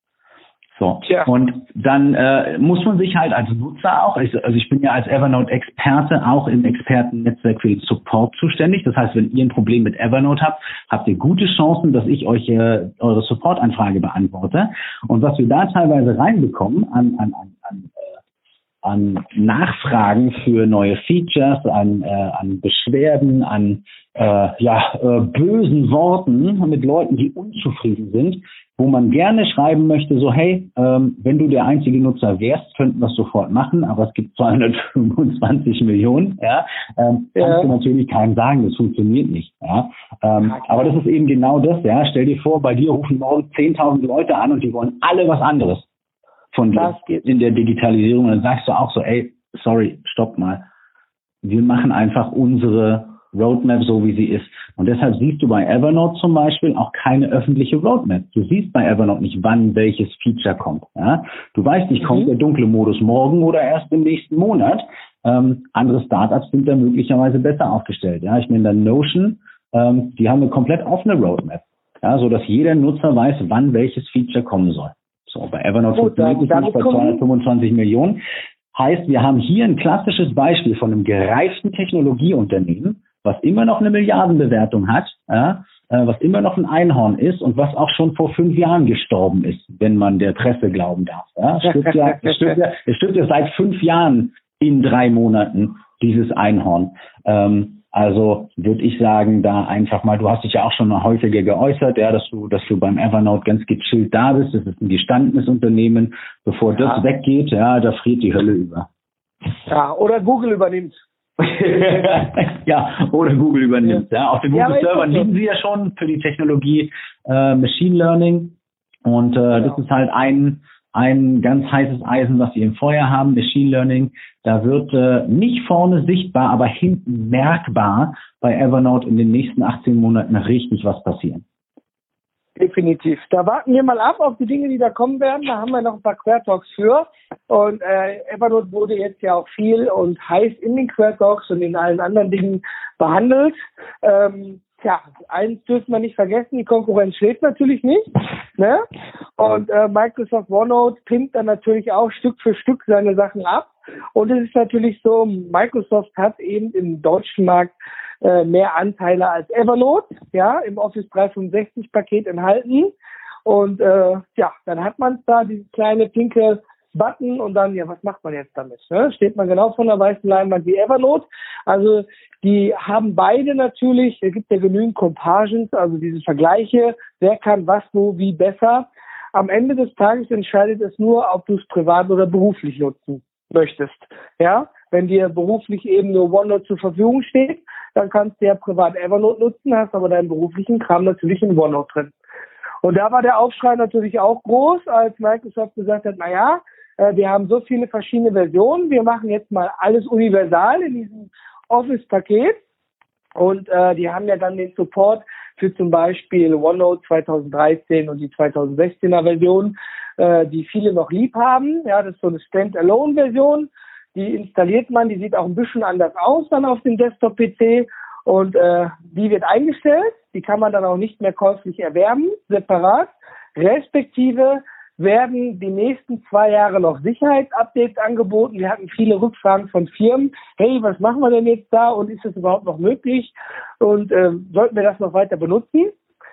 So. Tja. Und dann äh, muss man sich halt als Nutzer auch, also ich bin ja als Evernote-Experte auch im Expertennetzwerk für den Support zuständig. Das heißt, wenn ihr ein Problem mit Evernote habt, habt ihr gute Chancen, dass ich euch äh, eure Support-Anfrage beantworte. Und was wir da teilweise reinbekommen an, an, an, an, äh, an Nachfragen für neue Features, an, äh, an Beschwerden, an äh, ja, äh, bösen Worten mit Leuten, die unzufrieden sind, wo man gerne schreiben möchte, so hey, ähm, wenn du der einzige Nutzer wärst, könnten wir es sofort machen, aber es gibt zweihundertfünfundzwanzig Millionen, ja, ähm, ja. Kannst du natürlich keinem sagen, das funktioniert nicht, ja, ähm, aber das ist eben genau das, ja, stell dir vor, bei dir rufen morgen zehntausend Leute an und die wollen alle was anderes von dir in der Digitalisierung und dann sagst du auch so, ey, sorry, stopp mal, wir machen einfach unsere Roadmap so, wie sie ist. Und deshalb siehst du bei Evernote zum Beispiel auch keine öffentliche Roadmap. Du siehst bei Evernote nicht, wann welches Feature kommt. Ja? Du weißt nicht, kommt der dunkle Modus morgen oder erst im nächsten Monat. Ähm, andere Startups sind da möglicherweise besser aufgestellt. Ja? Ich nenne dann Notion, ähm, die haben eine komplett offene Roadmap, ja? So dass jeder Nutzer weiß, wann welches Feature kommen soll. So, bei Evernote funktioniert es nicht bei zweihundertfünfundzwanzig Millionen. Heißt, wir haben hier ein klassisches Beispiel von einem gereiften Technologieunternehmen, was immer noch eine Milliardenbewertung hat, ja, äh, was immer noch ein Einhorn ist und was auch schon vor fünf Jahren gestorben ist, wenn man der Presse glauben darf. Ja. Es stirbt ja, es stirbt ja, es stirbt ja seit fünf Jahren in drei Monaten, dieses Einhorn. Ähm, also würde ich sagen, da einfach mal, du hast dich ja auch schon mal häufiger geäußert, ja, dass du, dass du beim Evernote ganz gechillt da bist. Das ist ein gestandenes Unternehmen. Bevor ja. das weggeht, ja, da friert die Hölle über. Ja, oder Google übernimmt. Ja, oder Google übernimmt. Ja. Ja. Auf den Google-Servern ja, liegen sie ja schon für die Technologie äh, Machine Learning. Und äh, genau. das ist halt ein, ein ganz heißes Eisen, was wir im Feuer haben, Machine Learning. Da wird äh, nicht vorne sichtbar, aber hinten merkbar bei Evernote in den nächsten achtzehn Monaten richtig was passieren. Definitiv. Da warten wir mal ab auf die Dinge, die da kommen werden. Da haben wir noch ein paar Quertalks für. Und äh, Evernote wurde jetzt ja auch viel und heiß in den Quertalks und in allen anderen Dingen behandelt. Ähm, tja, eins dürfen wir nicht vergessen, die Konkurrenz schläft natürlich nicht. Ne? Und äh, Microsoft OneNote pinnt dann natürlich auch Stück für Stück seine Sachen ab. Und es ist natürlich so, Microsoft hat eben im deutschen Markt äh, mehr Anteile als Evernote, ja, im Office dreihundertfünfundsechzig Paket enthalten. Und äh, ja, dann hat man da diese kleine pinke Button und dann, ja, was macht man jetzt damit? Ne? Steht man genau von der weißen Leinwand wie Evernote. Also die haben beide natürlich, es gibt ja genügend Comparisons, also diese Vergleiche, wer kann was, wo, wie besser. Am Ende des Tages entscheidet es nur, ob du es privat oder beruflich nutzen möchtest. Ja, wenn dir beruflich eben nur OneNote zur Verfügung steht, dann kannst du ja privat Evernote nutzen, hast aber deinen beruflichen Kram natürlich in OneNote drin. Und da war der Aufschrei natürlich auch groß, als Microsoft gesagt hat, naja, äh, wir haben so viele verschiedene Versionen, wir machen jetzt mal alles universal in diesem Office-Paket. Und äh, die haben ja dann den Support für zum Beispiel OneNote zweitausenddreizehn und die zweitausendsechzehner Version, äh, die viele noch lieb haben. Ja, das ist so eine Standalone-Version. Die installiert man, die sieht auch ein bisschen anders aus dann auf dem Desktop-P C. Und äh, die wird eingestellt. Die kann man dann auch nicht mehr käuflich erwerben, separat. Respektive werden die nächsten zwei Jahre noch Sicherheitsupdates angeboten. Wir hatten viele Rückfragen von Firmen. Hey, was machen wir denn jetzt da und ist das überhaupt noch möglich? Und äh, sollten wir das noch weiter benutzen?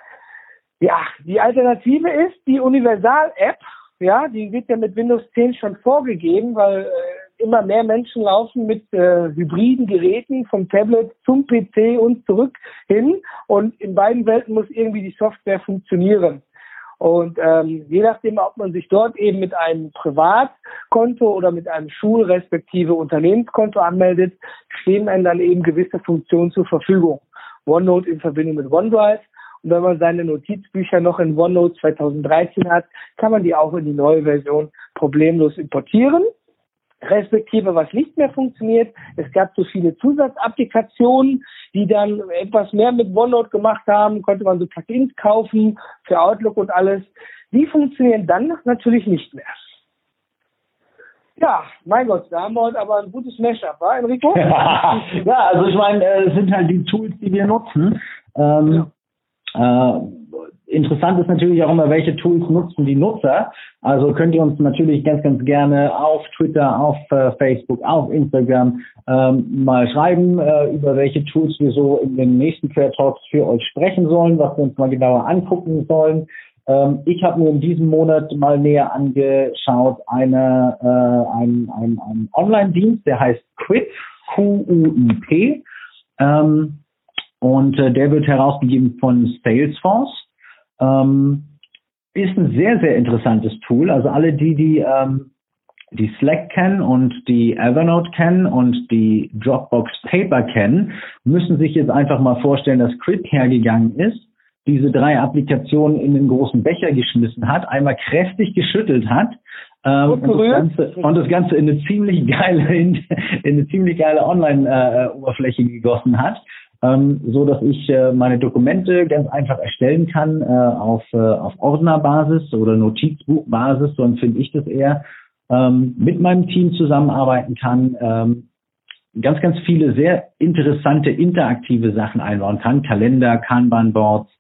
Ja, die Alternative ist die Universal-App. Ja, die wird ja mit Windows zehn schon vorgegeben, weil äh, immer mehr Menschen laufen mit äh, hybriden Geräten vom Tablet zum P C und zurück hin. Und in beiden Welten muss irgendwie die Software funktionieren. Und ähm, je nachdem, ob man sich dort eben mit einem Privatkonto oder mit einem Schul- respektive Unternehmenskonto anmeldet, stehen einem dann eben gewisse Funktionen zur Verfügung. OneNote in Verbindung mit OneDrive. Und wenn man seine Notizbücher noch in OneNote zweitausenddreizehn hat, kann man die auch in die neue Version problemlos importieren. Respektive, was nicht mehr funktioniert, es gab so viele Zusatzapplikationen, die dann etwas mehr mit OneNote gemacht haben, konnte man so Plugins kaufen für Outlook und alles. Die funktionieren dann natürlich nicht mehr. Ja, mein Gott, da haben wir heute aber ein gutes Mashup, wa, Enrico? Ja, also ich meine, es sind halt die Tools, die wir nutzen. Ähm, ja. äh, Interessant ist natürlich auch immer, welche Tools nutzen die Nutzer. Also könnt ihr uns natürlich ganz, ganz gerne auf Twitter, auf äh, Facebook, auf Instagram ähm, mal schreiben, äh, über welche Tools wir so in den nächsten Fair Talks für euch sprechen sollen, was wir uns mal genauer angucken sollen. Ähm, ich habe mir in diesem Monat mal näher angeschaut eine, äh, ein, ein, ein Online-Dienst, der heißt Quip, Q U I P. Ähm, und äh, der wird herausgegeben von Salesforce. Ähm, ist ein sehr, sehr interessantes Tool. Also alle die, die ähm, die Slack kennen und die Evernote kennen und die Dropbox Paper kennen, müssen sich jetzt einfach mal vorstellen, dass Quip hergegangen ist, diese drei Applikationen in den großen Becher geschmissen hat, einmal kräftig geschüttelt hat ähm, und, das Ganze, und das Ganze in eine ziemlich geile, in, in eine ziemlich geile Online-Oberfläche äh, gegossen hat. Ähm, so dass ich äh, meine Dokumente ganz einfach erstellen kann äh, auf, äh, auf Ordnerbasis oder Notizbuchbasis, so empfinde ich das eher, ähm, mit meinem Team zusammenarbeiten kann, ähm, ganz, ganz viele sehr interessante interaktive Sachen einbauen kann, Kalender, Kanban-Boards,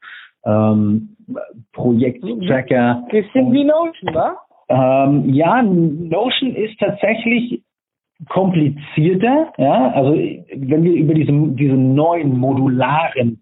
ähm, Projekttracker. Bisschen wie Notion, wa? Ähm, ja, Notion ist tatsächlich komplizierter, ja, also wenn wir über diese, diese neuen modularen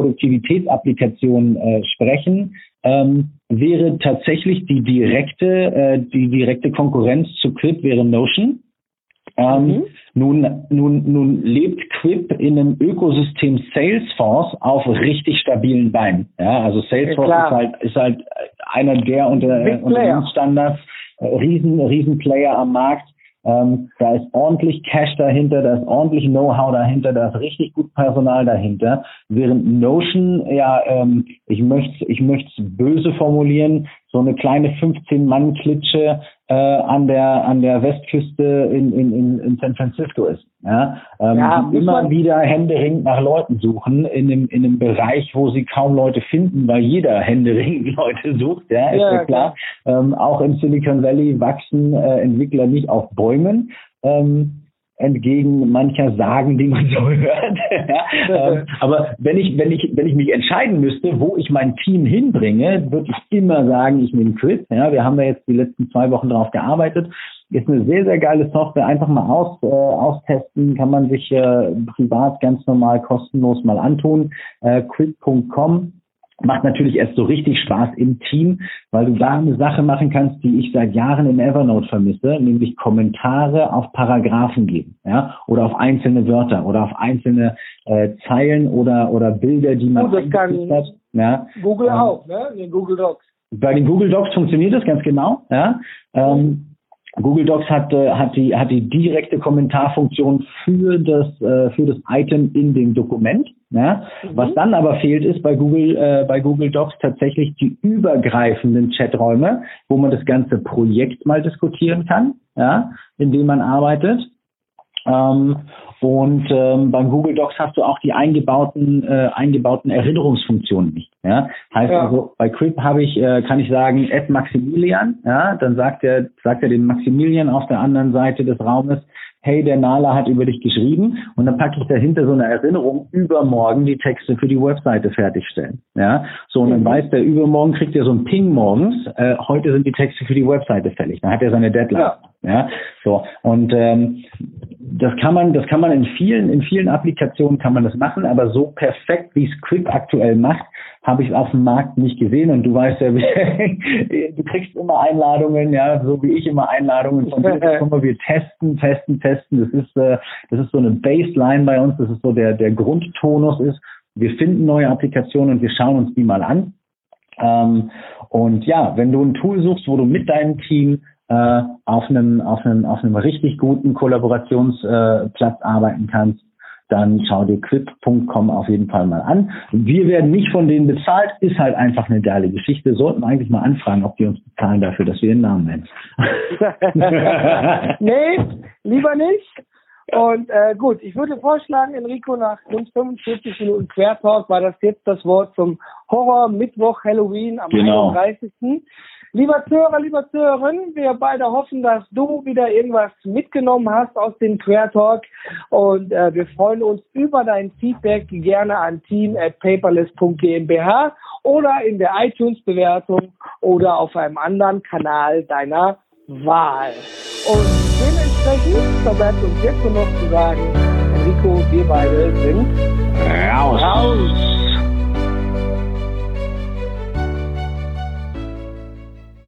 Produktivitätsapplikationen äh, sprechen, ähm, wäre tatsächlich die direkte, äh, die direkte Konkurrenz zu Quip wäre Notion. Ähm, mhm. nun, nun, nun lebt Quip in einem Ökosystem Salesforce auf richtig stabilen Beinen. Ja, also Salesforce ja, ist halt, ist halt einer der unter, Unternehmensstandards, äh, riesen, riesen Player am Markt. Ähm, da ist ordentlich Cash dahinter, da ist ordentlich Know-how dahinter, da ist richtig gut Personal dahinter. Während Notion, ja, ähm, ich möchte ich möchte es böse formulieren, so eine kleine fünfzehn-Mann-Klitsche äh, an der an der Westküste in, in, in, in San Francisco ist. Ja, ähm, ja, die immer wieder händeringend nach Leuten suchen in dem in dem Bereich, wo sie kaum Leute finden, weil jeder händeringend Leute sucht. Ja, ist ja, ja klar. Ähm, auch im Silicon Valley wachsen äh, Entwickler nicht auf Bäumen. Ähm, entgegen mancher Sagen, die man so hört. ja, ähm, aber wenn ich, wenn ich, wenn ich mich entscheiden müsste, wo ich mein Team hinbringe, würde ich immer sagen, ich nehme Quip. Ja, wir haben da jetzt die letzten zwei Wochen drauf gearbeitet. Ist eine sehr, sehr geile Software. Einfach mal aus, äh, austesten, kann man sich äh, privat ganz normal kostenlos mal antun. Äh, Quip Punkt com. Macht natürlich erst so richtig Spaß im Team, weil du da eine Sache machen kannst, die ich seit Jahren in Evernote vermisse, nämlich Kommentare auf Paragraphen geben, ja, oder auf einzelne Wörter oder auf einzelne äh, Zeilen oder oder Bilder, die man oh, das kann hat. Ja. Google ähm, auch, ne? In den Google Docs. Bei den Google Docs funktioniert das ganz genau, ja. Ähm, Google Docs hat äh, hat die hat die direkte Kommentarfunktion für das äh, für das Item in dem Dokument. Ja? Mhm. Was dann aber fehlt, ist bei Google äh, bei Google Docs tatsächlich die übergreifenden Chaträume, wo man das ganze Projekt mal diskutieren kann, ja, in dem man arbeitet. Ähm, und ähm, beim Google Docs hast du auch die eingebauten äh, eingebauten Erinnerungsfunktionen nicht. Ja? Heißt ja. Also bei Quip habe ich äh, kann ich sagen Add Maximilian, ja, dann sagt er sagt er dem Maximilian auf der anderen Seite des Raumes, hey, der Nala hat über dich geschrieben, und dann packe ich dahinter so eine Erinnerung, übermorgen die Texte für die Webseite fertigstellen. Ja, so, und dann mhm. weiß der, übermorgen kriegt er so einen Ping morgens, äh, heute sind die Texte für die Webseite fällig. Dann hat er seine Deadline. Ja, ja so, und ähm, das kann man, das kann man in vielen, in vielen Applikationen kann man das machen, aber so perfekt, wie es Quip aktuell macht, habe ich auf dem Markt nicht gesehen. Und du weißt ja, du kriegst immer Einladungen, ja, so wie ich immer Einladungen von dir. Guck mal, wir testen, testen, testen. Das ist, äh, das ist so eine Baseline bei uns. Das ist so der, der Grundtonus ist. Wir finden neue Applikationen und wir schauen uns die mal an. Ähm, und ja, wenn du ein Tool suchst, wo du mit deinem Team äh, auf einem auf einem auf einem richtig guten Kollaborationsplatz äh, arbeiten kannst, dann schau dir quip punkt com auf jeden Fall mal an. Wir werden nicht von denen bezahlt, ist halt einfach eine geile Geschichte. Sollten wir eigentlich mal anfragen, ob die uns bezahlen dafür, dass wir den Namen nennen. Nee, lieber nicht. Und äh, gut, ich würde vorschlagen, Enrico, nach rund fünfundvierzig Minuten Quertalk war das jetzt das Wort zum Horror-Mittwoch Halloween am genau. einunddreißigsten Lieber Zuhörer, lieber Zuhörerin, wir beide hoffen, dass du wieder irgendwas mitgenommen hast aus dem Quertalk und äh, wir freuen uns über dein Feedback gerne an team at paperless punkt gmbh oder in der iTunes-Bewertung oder auf einem anderen Kanal deiner Wahl. Und dementsprechend verbleibt uns jetzt nur noch zu sagen, Enrico, wir beide sind raus. raus.